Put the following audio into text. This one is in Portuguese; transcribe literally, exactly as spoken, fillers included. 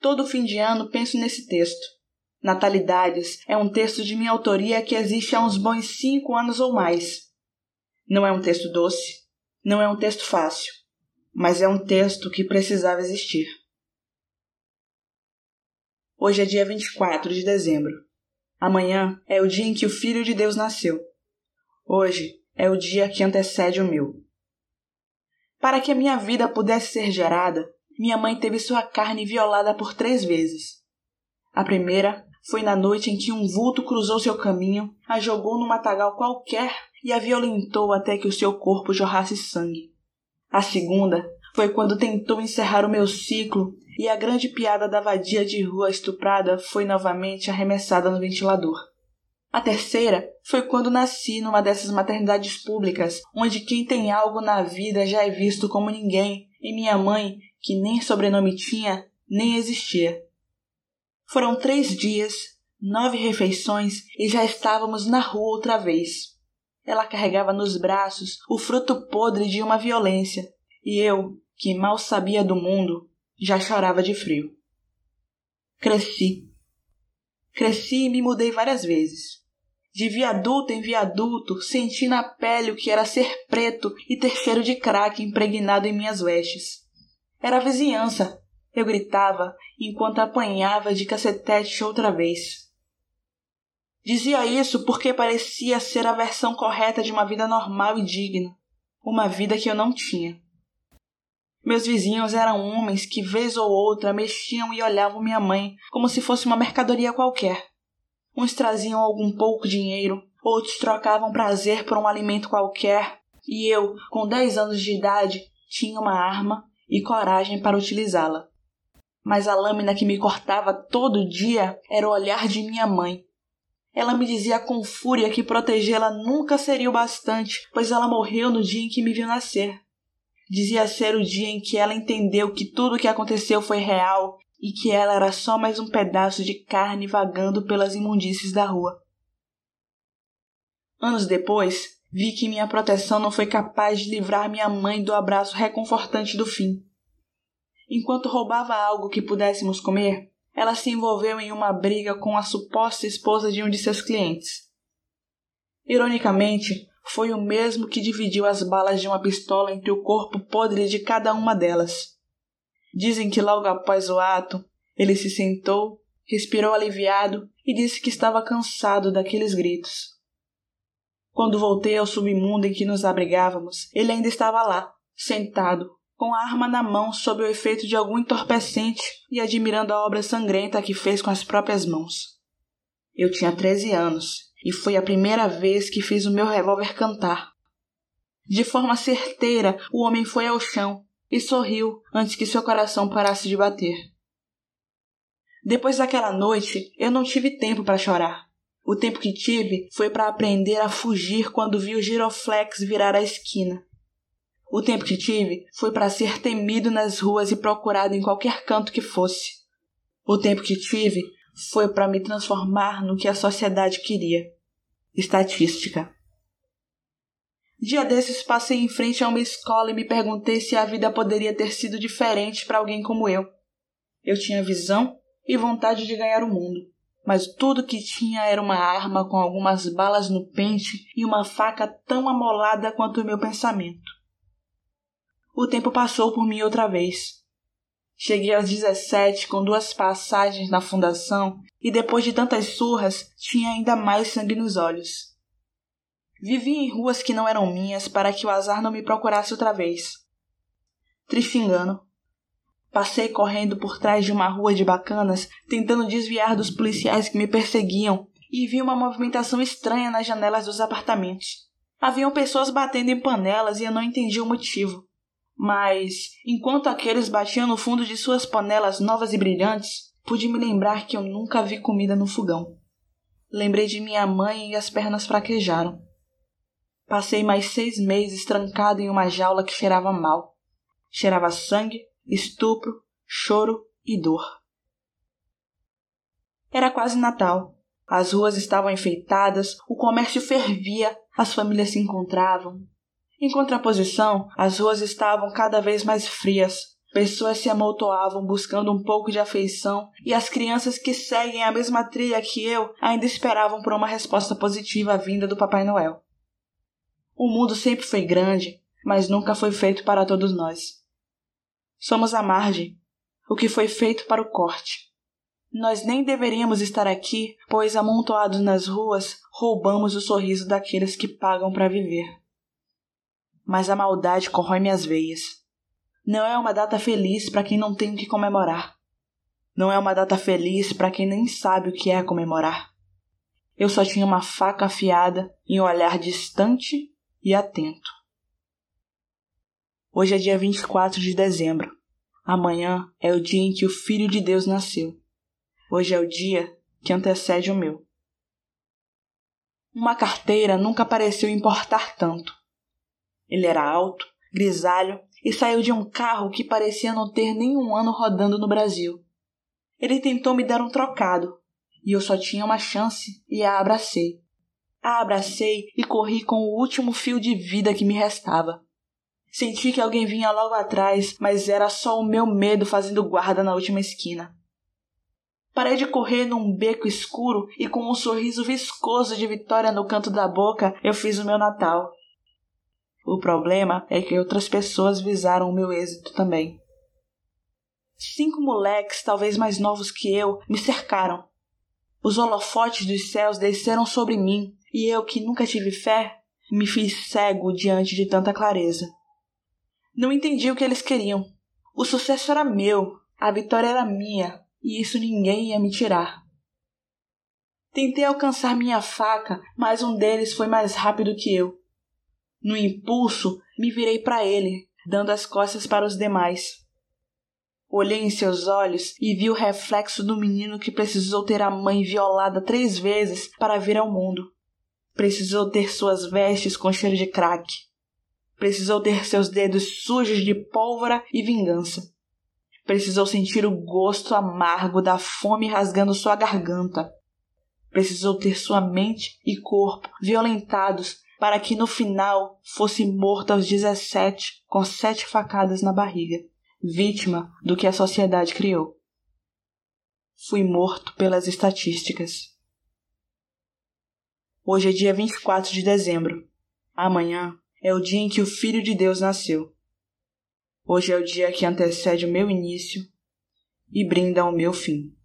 Todo fim de ano penso nesse texto. Natalidades é um texto de minha autoria que existe há uns bons cinco anos ou mais. Não é um texto doce, não é um texto fácil, mas é um texto que precisava existir. Hoje é dia vinte e quatro de dezembro. Amanhã é o dia em que o Filho de Deus nasceu. Hoje é o dia que antecede o meu. Para que a minha vida pudesse ser gerada, minha mãe teve sua carne violada por três vezes. A primeira foi na noite em que um vulto cruzou seu caminho, a jogou num matagal qualquer e a violentou até que o seu corpo jorrasse sangue. A segunda foi quando tentou encerrar o meu ciclo e a grande piada da vadia de rua estuprada foi novamente arremessada no ventilador. A terceira foi quando nasci numa dessas maternidades públicas, onde quem tem algo na vida já é visto como ninguém, e minha mãe, que nem sobrenome tinha, nem existia. Foram três dias, nove refeições e já estávamos na rua outra vez. Ela carregava nos braços o fruto podre de uma violência, e eu, que mal sabia do mundo, já chorava de frio. Cresci. Cresci e me mudei várias vezes. De viaduto em viaduto, senti na pele o que era ser preto e ter cheiro de crack impregnado em minhas vestes. Era a vizinhança. Eu gritava enquanto apanhava de cacetete outra vez. Dizia isso porque parecia ser a versão correta de uma vida normal e digna. Uma vida que eu não tinha. Meus vizinhos eram homens que, vez ou outra, mexiam e olhavam minha mãe como se fosse uma mercadoria qualquer. Uns traziam algum pouco dinheiro, outros trocavam prazer por um alimento qualquer, e eu, com dez anos de idade, tinha uma arma e coragem para utilizá-la. Mas a lâmina que me cortava todo dia era o olhar de minha mãe. Ela me dizia com fúria que protegê-la nunca seria o bastante, pois ela morreu no dia em que me viu nascer. Dizia ser o dia em que ela entendeu que tudo o que aconteceu foi real e que ela era só mais um pedaço de carne vagando pelas imundícies da rua. Anos depois, vi que minha proteção não foi capaz de livrar minha mãe do abraço reconfortante do fim. Enquanto roubava algo que pudéssemos comer, ela se envolveu em uma briga com a suposta esposa de um de seus clientes. Ironicamente, foi o mesmo que dividiu as balas de uma pistola entre o corpo podre de cada uma delas. Dizem que logo após o ato, ele se sentou, respirou aliviado e disse que estava cansado daqueles gritos. Quando voltei ao submundo em que nos abrigávamos, ele ainda estava lá, sentado, com a arma na mão sob o efeito de algum entorpecente e admirando a obra sangrenta que fez com as próprias mãos. Eu tinha treze anos e foi a primeira vez que fiz o meu revólver cantar. De forma certeira, o homem foi ao chão e sorriu antes que seu coração parasse de bater. Depois daquela noite, eu não tive tempo para chorar. O tempo que tive foi para aprender a fugir quando vi o giroflex virar a esquina. O tempo que tive foi para ser temido nas ruas e procurado em qualquer canto que fosse. O tempo que tive foi para me transformar no que a sociedade queria. Estatística. Dia desses passei em frente a uma escola e me perguntei se a vida poderia ter sido diferente para alguém como eu. Eu tinha visão e vontade de ganhar o mundo, mas tudo que tinha era uma arma com algumas balas no pente e uma faca tão amolada quanto o meu pensamento. O tempo passou por mim outra vez. Cheguei aos dezessete com duas passagens na fundação e depois de tantas surras tinha ainda mais sangue nos olhos. Vivi em ruas que não eram minhas para que o azar não me procurasse outra vez. Triste engano. Passei correndo por trás de uma rua de bacanas, tentando desviar dos policiais que me perseguiam, e vi uma movimentação estranha nas janelas dos apartamentos. Haviam pessoas batendo em panelas e eu não entendi o motivo. Mas, enquanto aqueles batiam no fundo de suas panelas novas e brilhantes, pude me lembrar que eu nunca vi comida no fogão. Lembrei de minha mãe e as pernas fraquejaram. Passei mais seis meses trancado em uma jaula que cheirava mal. Cheirava sangue, estupro, choro e dor. Era quase Natal. As ruas estavam enfeitadas, o comércio fervia, as famílias se encontravam. Em contraposição, as ruas estavam cada vez mais frias. Pessoas se amontoavam buscando um pouco de afeição e as crianças que seguem a mesma trilha que eu ainda esperavam por uma resposta positiva vinda do Papai Noel. O mundo sempre foi grande, mas nunca foi feito para todos nós. Somos a margem, o que foi feito para o corte. Nós nem deveríamos estar aqui, pois amontoados nas ruas, roubamos o sorriso daqueles que pagam para viver. Mas a maldade corrói minhas veias. Não é uma data feliz para quem não tem o que comemorar. Não é uma data feliz para quem nem sabe o que é comemorar. Eu só tinha uma faca afiada e um olhar distante e atento. Hoje é dia vinte e quatro de dezembro. Amanhã é o dia em que o Filho de Deus nasceu. Hoje é o dia que antecede o meu. Uma carteira nunca pareceu importar tanto. Ele era alto, grisalho e saiu de um carro que parecia não ter nenhum ano rodando no Brasil. Ele tentou me dar um trocado, e eu só tinha uma chance e a abracei. A abracei e corri com o último fio de vida que me restava. Senti que alguém vinha logo atrás, mas era só o meu medo fazendo guarda na última esquina. Parei de correr num beco escuro e com um sorriso viscoso de vitória no canto da boca, eu fiz o meu Natal. O problema é que outras pessoas visaram o meu êxito também. Cinco moleques, talvez mais novos que eu, me cercaram. Os holofotes dos céus desceram sobre mim e eu, que nunca tive fé, me fiz cego diante de tanta clareza. Não entendi o que eles queriam. O sucesso era meu, a vitória era minha e isso ninguém ia me tirar. Tentei alcançar minha faca, mas um deles foi mais rápido que eu. No impulso, me virei para ele, dando as costas para os demais. Olhei em seus olhos e vi o reflexo do menino que precisou ter a mãe violada três vezes para vir ao mundo. Precisou ter suas vestes com cheiro de crack. Precisou ter seus dedos sujos de pólvora e vingança. Precisou sentir o gosto amargo da fome rasgando sua garganta. Precisou ter sua mente e corpo violentados para que no final fosse morto aos dezessete com sete facadas na barriga, vítima do que a sociedade criou. Fui morto pelas estatísticas. Hoje é dia vinte e quatro de dezembro. Amanhã é o dia em que o Filho de Deus nasceu. Hoje é o dia que antecede o meu início e brinda o meu fim.